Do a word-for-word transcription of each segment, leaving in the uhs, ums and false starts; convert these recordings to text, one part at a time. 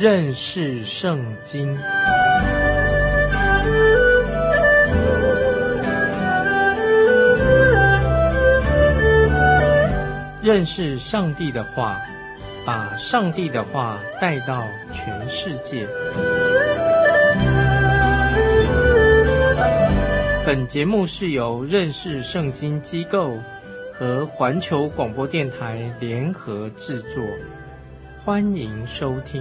认识圣经。认识上帝的话，把上帝的话带到全世界。本节目是由认识圣经机构和环球广播电台联合制作，欢迎收听。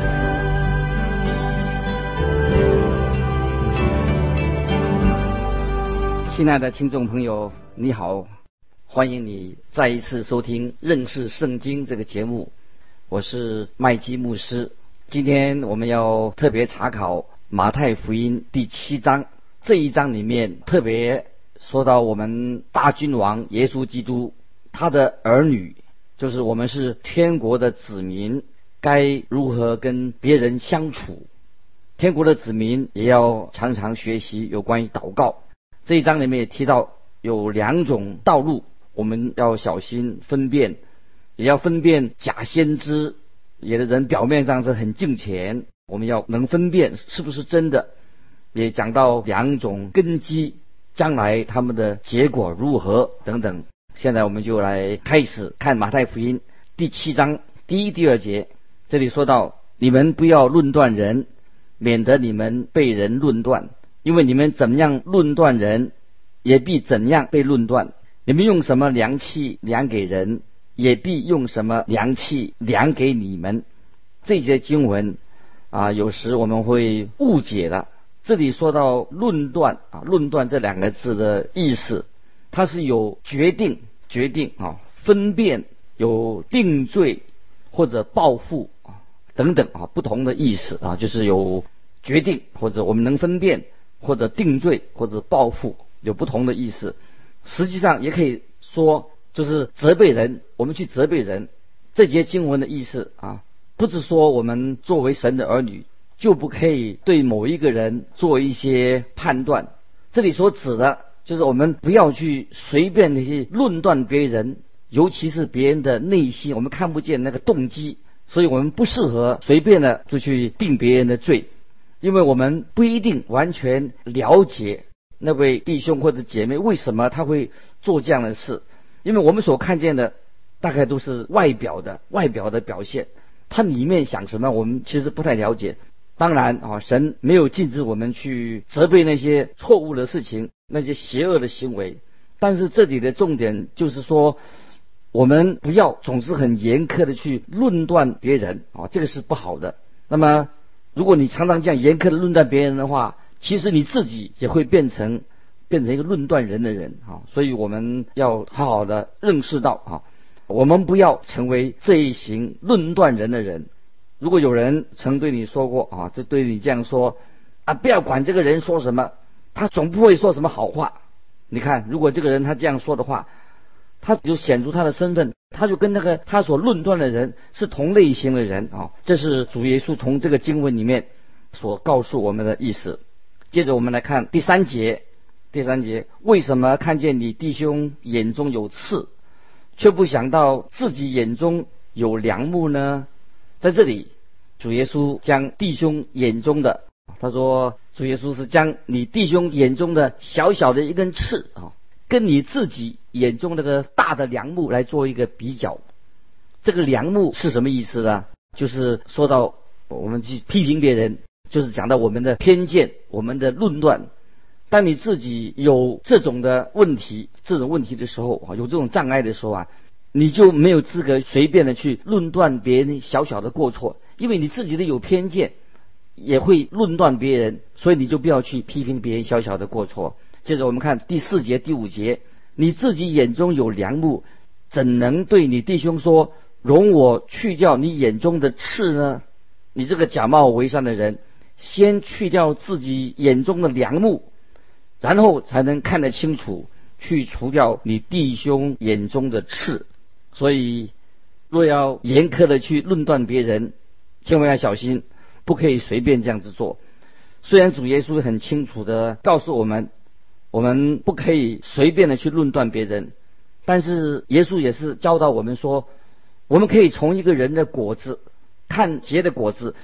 亲爱的听众朋友，你好，欢迎你再一次收听认识圣经这个节目，我是麦基牧师。今天我们要特别查考马太福音第七章，这一章里面特别说到我们大君王耶稣基督，他的儿女，就是我们是天国的子民，该如何跟别人相处。天国的子民也要常常学习有关于祷告。这一章里面也提到有两种道路，我们要小心分辨，也要分辨假先知。有的人表面上是很敬虔，我们要能分辨是不是真的。也讲到两种根基，将来他们的结果如何等等。现在我们就来开始看马太福音第七章第一、第二节。这里说到，你们不要论断人，免得你们被人论断。因为你们怎么样论断人，也必怎样被论断。你们用什么量器量给人，也必用什么量器量给你们。这些经文啊，有时我们会误解的。这里说到论断啊，论断这两个字的意思，它是有决定、决定啊，分辨，有定罪或者报复啊等等啊不同的意思啊，就是有决定或者我们能分辨，或者定罪或者报复，有不同的意思。实际上也可以说就是责备人，我们去责备人。这节经文的意思啊，不是说我们作为神的儿女就不可以对某一个人做一些判断。这里所指的就是我们不要去随便的去论断别人，尤其是别人的内心，我们看不见那个动机，所以我们不适合随便的就去定别人的罪。因为我们不一定完全了解那位弟兄或者姐妹为什么他会做这样的事，因为我们所看见的大概都是外表的外表的表现，他里面想什么我们其实不太了解。当然啊，神没有禁止我们去责备那些错误的事情，那些邪恶的行为，但是这里的重点就是说，我们不要总是很严苛的去论断别人啊，这个是不好的。那么如果你常常这样严苛的论断别人的话，其实你自己也会变成变成一个论断人的人啊。所以我们要好好的认识到啊，我们不要成为这一型论断人的人。如果有人曾对你说过啊，就对你这样说啊，不要管这个人说什么，他总不会说什么好话。你看，如果这个人他这样说的话，他就显出他的身份，他就跟那个他所论断的人是同类型的人啊。这是主耶稣从这个经文里面所告诉我们的意思。接着我们来看第三节，第三节，为什么看见你弟兄眼中有刺，却不想到自己眼中有梁木呢？在这里，主耶稣将弟兄眼中的，他说主耶稣是将你弟兄眼中的小小的一根刺啊，跟你自己眼中那个大的梁木来做一个比较。这个梁木是什么意思呢？就是说到我们去批评别人，就是讲到我们的偏见，我们的论断。当你自己有这种的问题这种问题的时候啊，有这种障碍的时候啊，你就没有资格随便的去论断别人小小的过错，因为你自己的有偏见，也会论断别人，所以你就不要去批评别人小小的过错。接着我们看第四节第五节，你自己眼中有梁木，怎能对你弟兄说，容我去掉你眼中的刺呢？你这个假冒为善的人，先去掉自己眼中的梁木，然后才能看得清楚，去除掉你弟兄眼中的刺。所以若要严苛的去论断别人，千万要小心，不可以随便这样子做。虽然主耶稣很清楚的告诉我们，我们不可以随便的去论断别人，但是耶稣也是教导我们说，我们可以从一个人的果子看结的果子，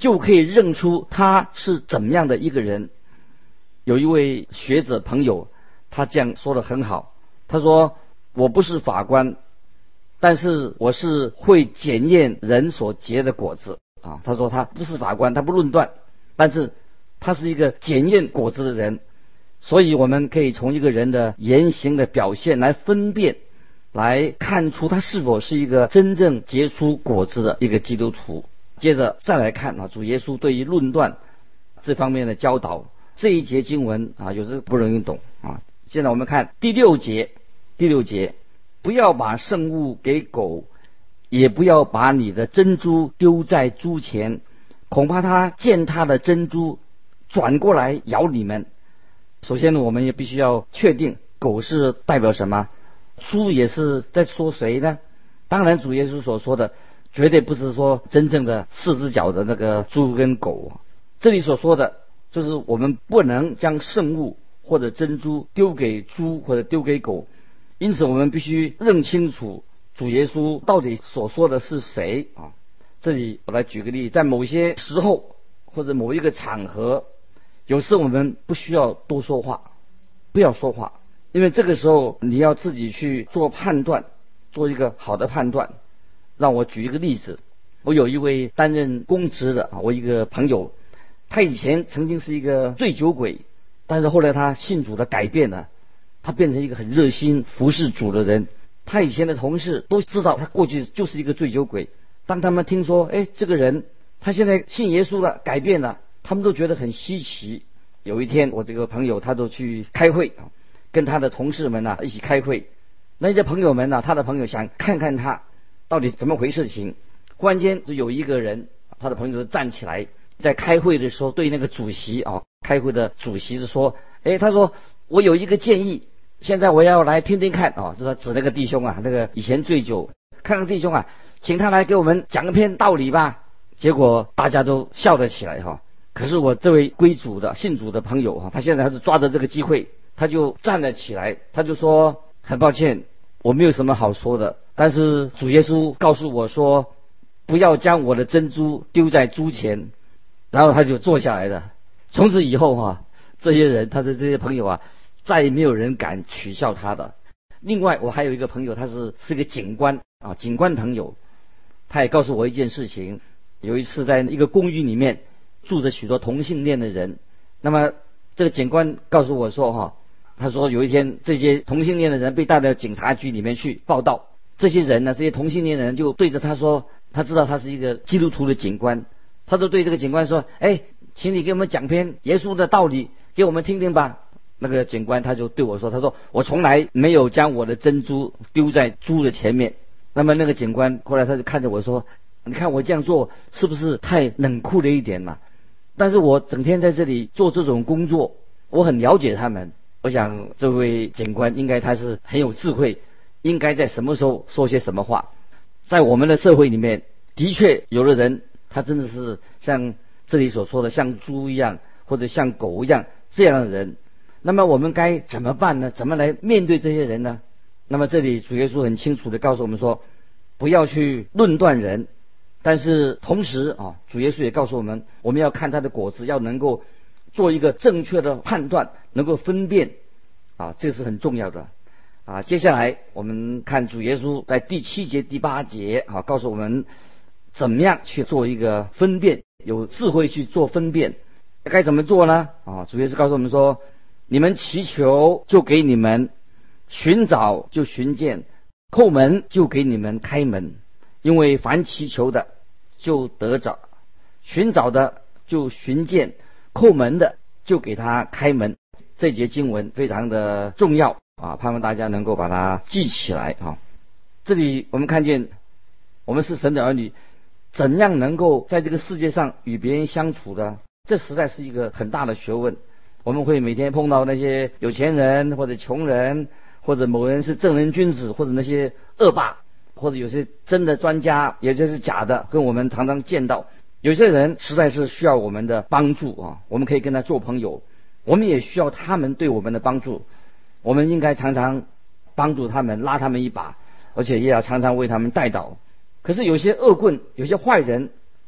就可以认出他是怎么样的一个人。有一位学者朋友，他这样说得很好，他说：我不是法官，但是我是会检验人所结的果子啊。他说他不是法官，他不论断，但是他是一个检验果子的人。所以我们可以从一个人的言行的表现来分辨，来看出他是否是一个真正结出果子的一个基督徒。接着再来看啊，主耶稣对于论断这方面的教导，这一节经文啊，有时不容易懂啊。现在我们看第六节，第六节，不要把圣物给狗，也不要把你的珍珠丢在猪前，恐怕它见它的珍珠转过来咬你们。首先呢，我们也必须要确定狗是代表什么，猪也是在说谁呢？当然主耶稣所说的绝对不是说真正的四只脚的那个猪跟狗，这里所说的就是我们不能将圣物或者珍珠丢给猪或者丢给狗。因此我们必须认清楚主耶稣到底所说的是谁啊。这里我来举个例，在某些时候或者某一个场合，有时我们不需要多说话，不要说话，因为这个时候你要自己去做判断，做一个好的判断。让我举一个例子，我有一位担任公职的啊，我一个朋友，他以前曾经是一个醉酒鬼，但是后来他信主的改变了，他变成一个很热心服侍主的人。他以前的同事都知道他过去就是一个醉酒鬼，当他们听说哎，这个人他现在信耶稣了，改变了，他们都觉得很稀奇。有一天我这个朋友他都去开会，跟他的同事们啊一起开会，那些朋友们啊，他的朋友想看看他到底怎么回事情。忽然间就有一个人，他的朋友就站起来，在开会的时候对那个主席啊，开会的主席是说，哎，他说我有一个建议，现在我要来听听看啊，就是指那个弟兄啊，那个以前醉酒，看看弟兄啊，请他来给我们讲一篇道理吧。结果大家都笑了起来哈。可是我这位归主的信主的朋友哈，他现在他是抓着这个机会，他就站了起来，他就说很抱歉，我没有什么好说的，但是主耶稣告诉我说，不要将我的珍珠丢在猪前。然后他就坐下来了。从此以后哈，这些人他的这些朋友啊，再也没有人敢取笑他的。另外我还有一个朋友，他是是个警官啊，警官朋友，他也告诉我一件事情。有一次在一个公寓里面住着许多同性恋的人，那么这个警官告诉我说哈，他说有一天这些同性恋的人被带到警察局里面去报道，这些人呢，这些同性恋的人就对着他说，他知道他是一个基督徒的警官，他就对这个警官说，哎，请你给我们讲篇耶稣的道理给我们听听吧。那个警官他就对我说，他说我从来没有将我的珍珠丢在猪的前面。那么那个警官后来他就看着我说，你看我这样做是不是太冷酷了一点嘛？但是我整天在这里做这种工作，我很了解他们。我想这位警官应该他是很有智慧，应该在什么时候说些什么话。在我们的社会里面，的确有的人他真的是像这里所说的像猪一样或者像狗一样这样的人。那么我们该怎么办呢？怎么来面对这些人呢？那么这里主耶稣很清楚地告诉我们说，不要去论断人，但是同时啊，主耶稣也告诉我们，我们要看他的果子，要能够做一个正确的判断，能够分辨啊，这是很重要的啊。接下来我们看主耶稣在第七节第八节啊，告诉我们怎么样去做一个分辨，有智慧去做分辨。该怎么做呢？啊，主耶稣告诉我们说，你们祈求就给你们，寻找就寻见，叩门就给你们开门。因为凡祈求的就得着，寻找的就寻见，叩门的就给他开门。这节经文非常的重要啊，盼望大家能够把它记起来啊。这里我们看见，我们是神的儿女，怎样能够在这个世界上与别人相处的，这实在是一个很大的学问。我们会每天碰到那些有钱人或者穷人，或者某人是正人君子，或者那些恶霸，或者有些真的专家，有些是假的，跟我们常常见到。有些人实在是需要我们的帮助啊，我们可以跟他做朋友，我们也需要他们对我们的帮助，我们应该常常帮助他们，拉他们一把，而且也要常常为他们代祷。可是有些恶棍，有些坏人，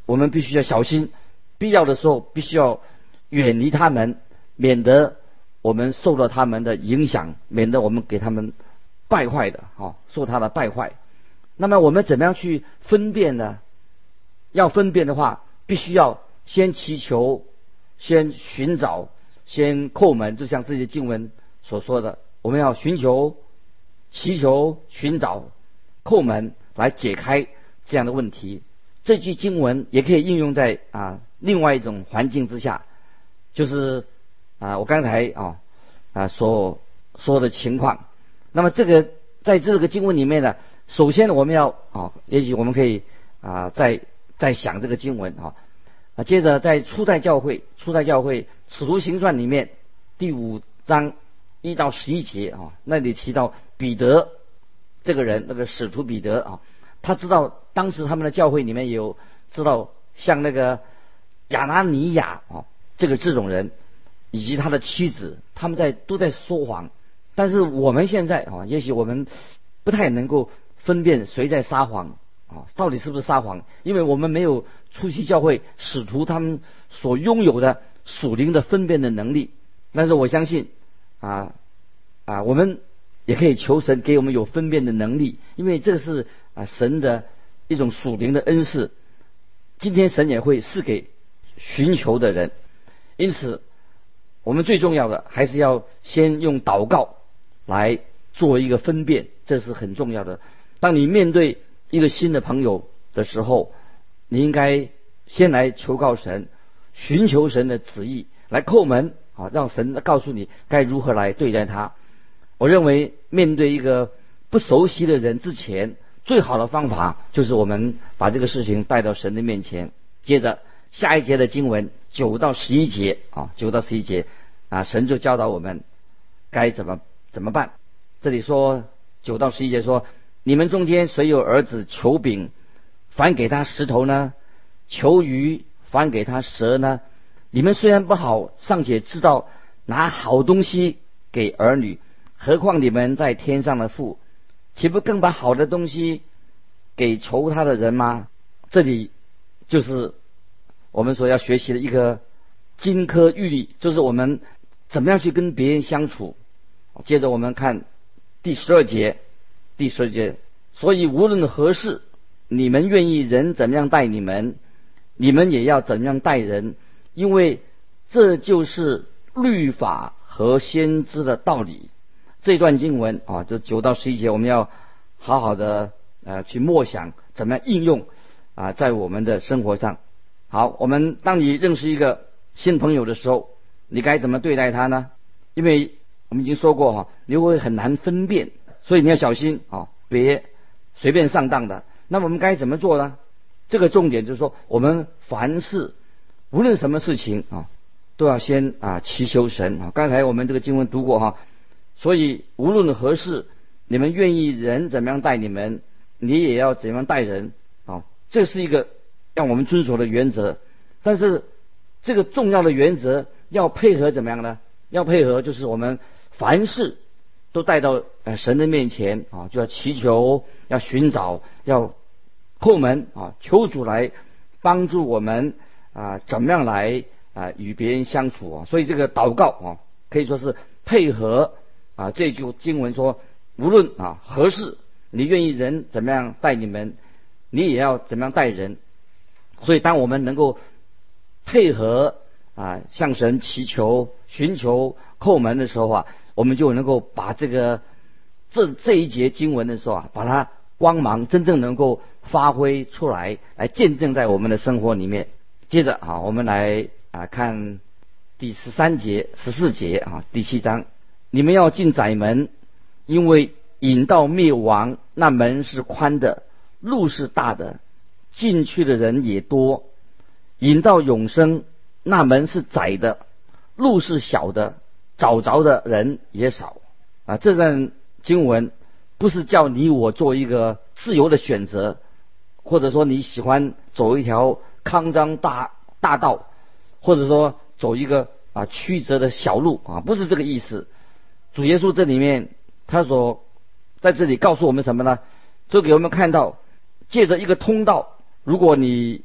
我们必须要小心，必要的时候必须要远离他们，免得我们受到他们的影响，免得我们给他们败坏的啊，受他的败坏。那么我们怎么样去分辨呢？要分辨的话，必须要先祈求，先寻找，先叩门，就像这些经文所说的，我们要寻求、祈求、寻找、叩门来解开这样的问题。这句经文也可以应用在啊另外一种环境之下，就是啊我刚才啊啊所说的情况。那么这个在这个经文里面呢，首先我们要啊，也许我们可以啊再再想这个经文啊啊，接着在初代教会初代教会使徒行传里面第五章一到十一节啊，那里提到彼得这个人，那个使徒彼得啊，他知道当时他们的教会里面有知道像那个亚拿尼亚啊这个这种人，以及他的妻子，他们在都在说谎。但是我们现在啊，也许我们不太能够分辨谁在撒谎啊，到底是不是撒谎？因为我们没有初期教会使徒他们所拥有的属灵的分辨的能力。但是我相信啊啊，我们也可以求神给我们有分辨的能力，因为这是啊神的一种属灵的恩赐。今天神也会赐给寻求的人，因此我们最重要的还是要先用祷告来做一个分辨，这是很重要的。当你面对一个新的朋友的时候，你应该先来求告神，寻求神的旨意，来叩门啊，让神告诉你该如何来对待他。我认为面对一个不熟悉的人之前，最好的方法就是我们把这个事情带到神的面前。接着下一节的经文九到十一节啊，九到十一节啊，神就教导我们该怎么怎么办。这里说九到十一节说，你们中间谁有儿子求饼，反给他石头呢？求鱼，反给他蛇呢？你们虽然不好，尚且知道拿好东西给儿女，何况你们在天上的父，岂不更把好的东西给求他的人吗？这里就是我们所要学习的一个金科玉律，就是我们怎么样去跟别人相处。接着我们看第十二节，第十二节，所以无论何事，你们愿意人怎么样待你们，你们也要怎么样待人，因为这就是律法和先知的道理。这段经文啊，这九到十一节，我们要好好的呃去默想，怎么样应用啊在我们的生活上。好，我们当你认识一个新朋友的时候，你该怎么对待他呢？因为我们已经说过哈，你会很难分辨，所以你要小心啊，别随便上当的。那么我们该怎么做呢？这个重点就是说，我们凡事无论什么事情啊，都要先啊祈求神啊。刚才我们这个经文读过哈，所以无论何事，你们愿意人怎么样待你们，你也要怎样待人啊。这是一个让我们遵守的原则。但是这个重要的原则要配合怎么样呢？要配合就是我们凡事都带到呃神的面前啊，就要祈求，要寻找，要叩门啊，求主来帮助我们啊，怎么样来啊与别人相处啊。所以这个祷告啊，可以说是配合啊这句经文说，无论啊何事，你愿意人怎么样待你们，你也要怎么样待人。所以当我们能够配合啊向神祈求、寻求、叩门的时候啊，我们就能够把这个这这一节经文的时候啊，把它光芒真正能够发挥出来，来见证在我们的生活里面。接着啊，我们来啊看第十三节、十四节啊，第七章，你们要进窄门，因为引到灭亡那门是宽的，路是大的，进去的人也多；引到永生那门是窄的，路是小的，找着的人也少。啊，这段经文不是叫你我做一个自由的选择，或者说你喜欢走一条康庄大大道，或者说走一个啊曲折的小路啊，不是这个意思。主耶稣这里面他所在这里告诉我们什么呢？就给我们看到，借着一个通道，如果你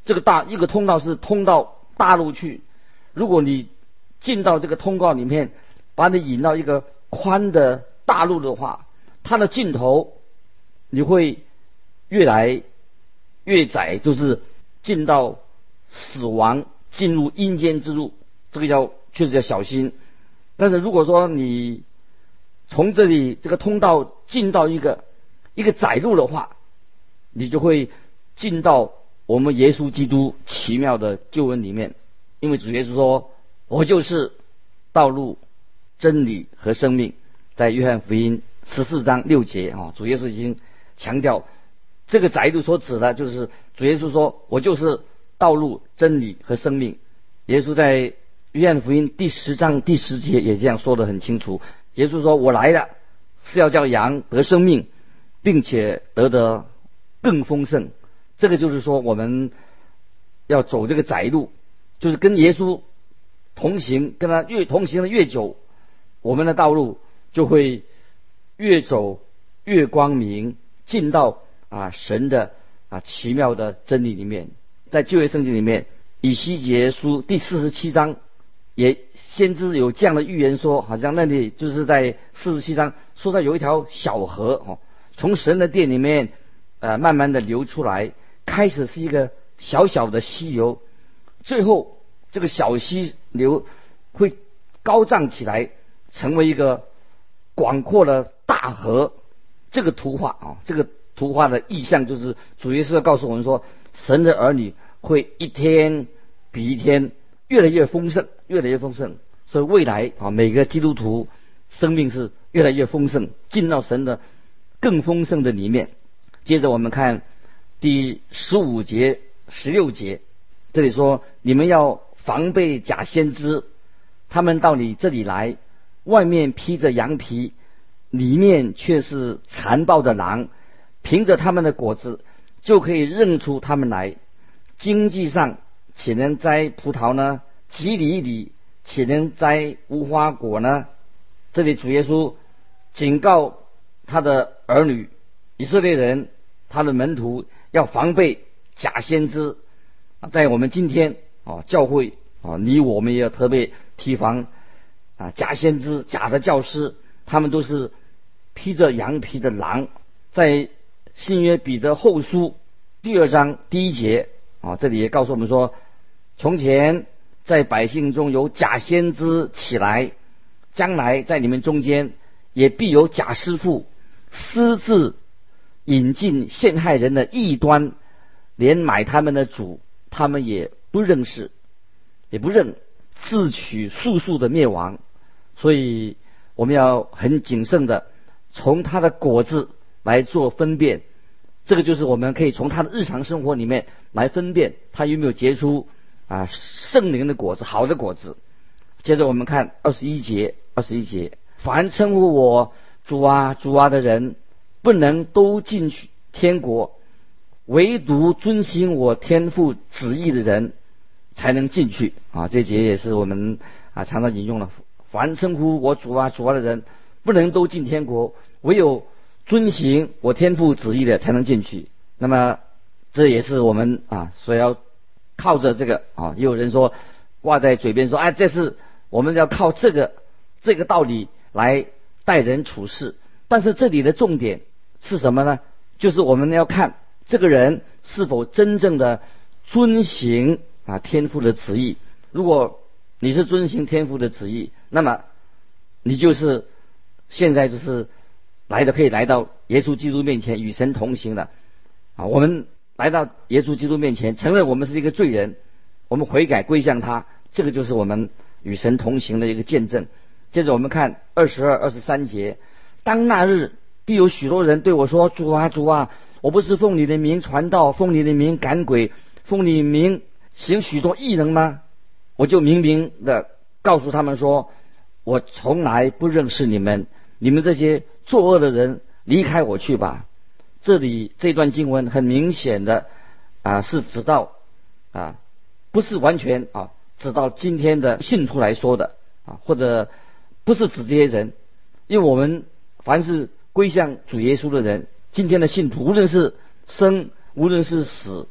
这个大一个通道是通到大陆去，如果你进到这个通道里面，把你引到一个宽的大陆的话，它的尽头你会越来越窄，就是进到死亡，进入阴间之路，这个要确实要小心。但是如果说你从这里这个通道进到一个一个窄路的话，你就会进到我们耶稣基督奇妙的救恩里面。因为主耶稣说，我就是道路真理和生命，在约翰福音十四章六节啊，主耶稣已经强调这个窄路所指的就是主耶稣说，我就是道路真理和生命。耶稣在约翰福音第十章第十节也这样说得很清楚，耶稣说，我来了是要叫羊得生命，并且得得更丰盛。这个就是说我们要走这个窄路，就是跟耶稣同行，跟他越同行的越久，我们的道路就会越走越光明，进到啊神的啊奇妙的真理里面。在旧约圣经里面，以西结书第四十七章也先知有这样的预言说，好像那里就是在四十七章说到有一条小河哦，从神的殿里面呃慢慢的流出来，开始是一个小小的溪流，最后这个小溪流会高涨起来，成为一个广阔的大河。这个图画啊，这个图画的意象就是主耶稣要告诉我们说，神的儿女会一天比一天越来越丰盛，越来越丰盛。所以未来啊，每个基督徒生命是越来越丰盛，进到神的更丰盛的里面。接着我们看第十五节、十六节，这里说，你们要防备假先知，他们到你这里来，外面披着羊皮，里面却是残暴的狼，凭着他们的果子就可以认出他们来。经济上岂能摘葡萄呢？蒺藜里岂能摘无花果呢？这里主耶稣警告他的儿女以色列人，他的门徒要防备假先知。在我们今天啊，教会啊，你我们也要特别提防啊，假先知、假的教师，他们都是披着羊皮的狼。在新约彼得后书第二章第一节啊，这里也告诉我们说，从前在百姓中有假先知起来，将来在你们中间也必有假师傅，私自引进陷害人的异端，连买他们的主他们也不认识，也不认，自取速速的灭亡。所以我们要很谨慎的从他的果子来做分辨，这个就是我们可以从他的日常生活里面来分辨他有没有结出啊圣灵的果子，好的果子。接着我们看二十一节，二十一节，凡称呼我主啊主啊的人，不能都进去天国，唯独遵行我天父旨意的人才能进去啊。这节也是我们啊常常引用的，凡称呼我主啊主啊的人，不能都进天国，唯有遵行我天父旨意的才能进去。那么这也是我们啊所要靠着这个啊，也有人说挂在嘴边说，哎，这是我们要靠这个这个道理来待人处事。但是这里的重点是什么呢？就是我们要看这个人是否真正的遵行啊天父的旨意。如果你是遵行天父的旨意，那么你就是现在就是来的可以来到耶稣基督面前与神同行的啊。我们来到耶稣基督面前，承认我们是一个罪人，我们悔改归向他，这个就是我们与神同行的一个见证。接着我们看二十二、二十三节，当那日必有许多人对我说，主啊主啊，我不是奉你的名传道，奉你的名赶鬼，奉你的名行许多异能吗？我就明明的告诉他们说，我从来不认识你们，你们这些作恶的人，离开我去吧。这里这段经文很明显的啊是指到啊不是完全啊指到今天的信徒来说的啊，或者不是指这些人，因为我们凡是归向主耶稣的人，今天的信徒无论是生无论是死，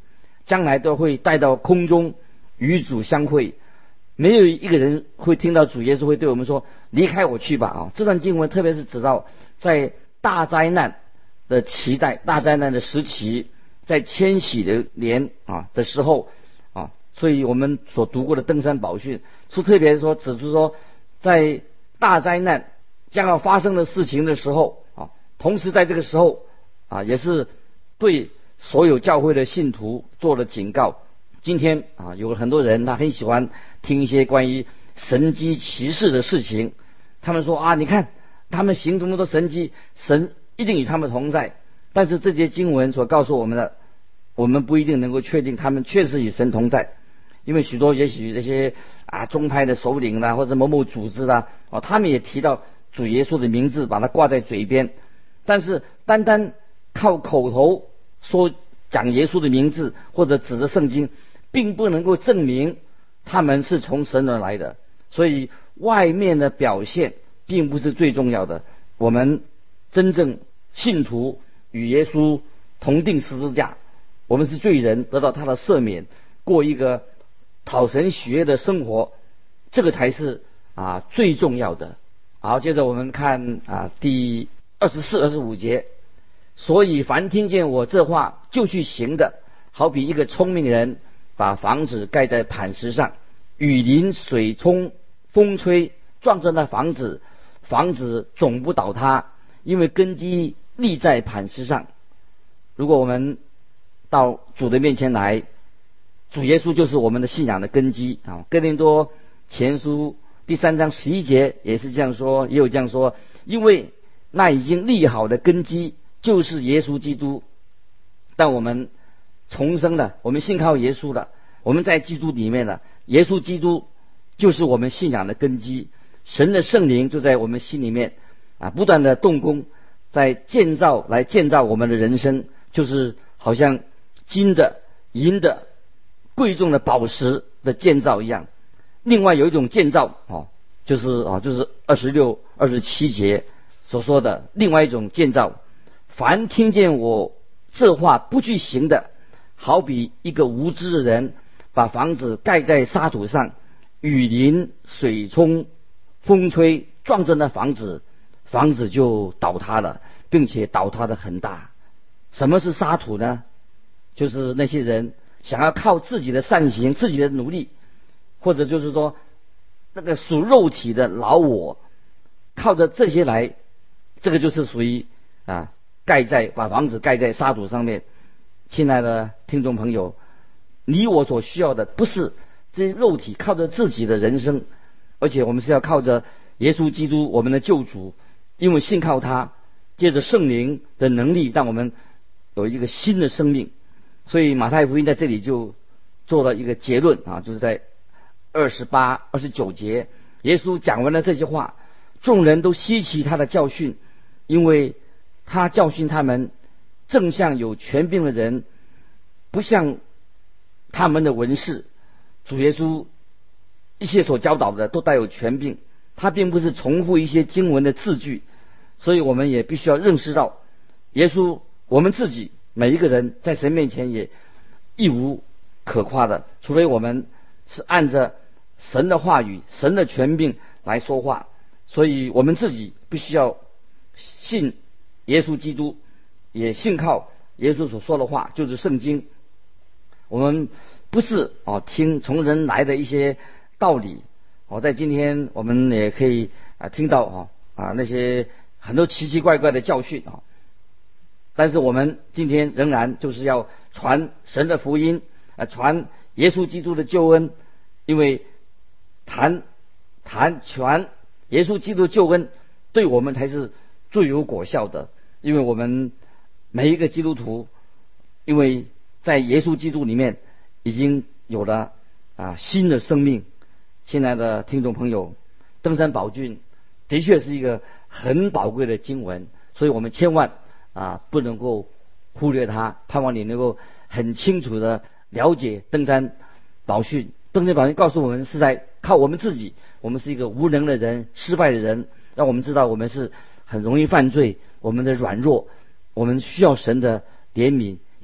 将来都会带到空中与主相会。没有一个人会听到主耶稣会对我们说离开我去吧啊！这段经文特别是指到在大灾难的期待、大灾难的时期，在千禧的年啊的时候啊，所以我们所读过的登山宝训是特别说指出说，在大灾难将要发生的事情的时候啊，同时在这个时候啊，也是对所有教会的信徒做了警告。今天啊，有很多人他很喜欢听一些关于神迹奇事的事情，他们说啊，你看他们行这么多神迹，神一定与他们同在。但是这些经文所告诉我们的，我们不一定能够确定他们确实与神同在，因为许多也许这些啊宗派的首领啦，或者某某组织啦，哦，他们也提到主耶稣的名字，把它挂在嘴边，但是单单靠口头说讲耶稣的名字，或者指着圣经，并不能够证明他们是从神而来的。所以外面的表现并不是最重要的，我们真正信徒与耶稣同定十字架，我们是罪人，得到他的赦免，过一个讨神喜悦的生活，这个才是啊最重要的。好，接着我们看啊第二十四、二十五节，所以凡听见我这话就去行的，好比一个聪明人把房子盖在磐石上，雨淋水冲风吹，撞着那房子，房子总不倒塌，因为根基立在磐石上。如果我们到主的面前来，主耶稣就是我们的信仰的根基啊。哥林多前书第三章十一节也是这样说，也有这样说，因为那已经立好的根基就是耶稣基督。但我们重生了，我们信靠耶稣了，我们在基督里面了，耶稣基督就是我们信仰的根基，神的圣灵就在我们心里面啊，不断的动工，在建造来建造我们的人生，就是好像金的、银的、贵重的宝石的建造一样。另外有一种建造哦，就是哦，就是二十六、二十七节所说的另外一种建造，凡听见我这话不去行的，好比一个无知的人把房子盖在沙土上，雨淋水冲风吹，撞着那房子，房子就倒塌了，并且倒塌的很大。什么是沙土呢？就是那些人想要靠自己的善行、自己的努力，或者就是说那个属肉体的老我，靠着这些来，这个就是属于啊盖在把房子盖在沙土上面。亲爱的听众朋友，你我所需要的不是这些肉体靠着自己的人生，而且我们是要靠着耶稣基督我们的救主，因为信靠他，借着圣灵的能力，让我们有一个新的生命。所以马太福音在这里就做了一个结论啊，就是在二十八、二十九节，耶稣讲完了这些话，众人都稀奇他的教训，因为他教训他们，正像有权柄的人，不像他们的文士。主耶稣一切所教导的都带有权柄，他并不是重复一些经文的字句。所以我们也必须要认识到，耶稣我们自己每一个人在神面前也一无可夸的，除非我们是按着神的话语、神的权柄来说话。所以我们自己必须要信耶稣基督，也信靠耶稣所说的话，就是圣经。我们不是哦听从人来的一些道理哦，在今天我们也可以啊听到啊啊那些很多奇奇怪怪的教训啊，但是我们今天仍然就是要传神的福音啊，传耶稣基督的救恩，因为谈谈传耶稣基督的救恩对我们才是最有果效的。因为我们每一个基督徒，因为在耶稣基督里面已经有了啊新的生命。亲爱的听众朋友，登山宝训的确是一个很宝贵的经文，所以我们千万啊不能够忽略它。盼望你能够很清楚的了解登山宝训。登山宝训告诉我们是在靠我们自己，我们是一个无能的人、失败的人，让我们知道我们是很容易犯罪，我们的软弱，我们需要神的怜悯，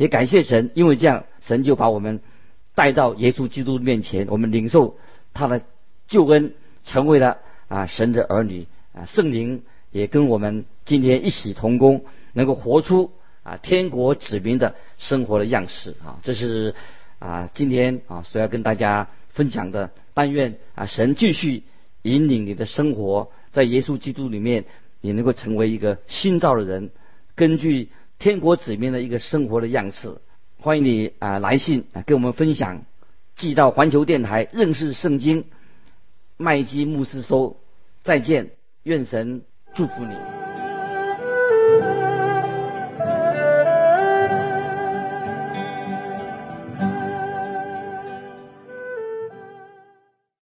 也感谢神，因为这样神就把我们带到耶稣基督面前，我们领受他的救恩，成为了啊神的儿女啊。圣灵也跟我们今天一起同工，能够活出啊天国子民的生活的样式啊。这是啊今天啊所要跟大家分享的。但愿啊神继续引领你的生活，在耶稣基督里面，你能够成为一个新造的人，根据天国子民的一个生活的样式。欢迎你啊来信啊跟我们分享，寄到环球电台认识圣经麦基牧师收。再见，愿神祝福你。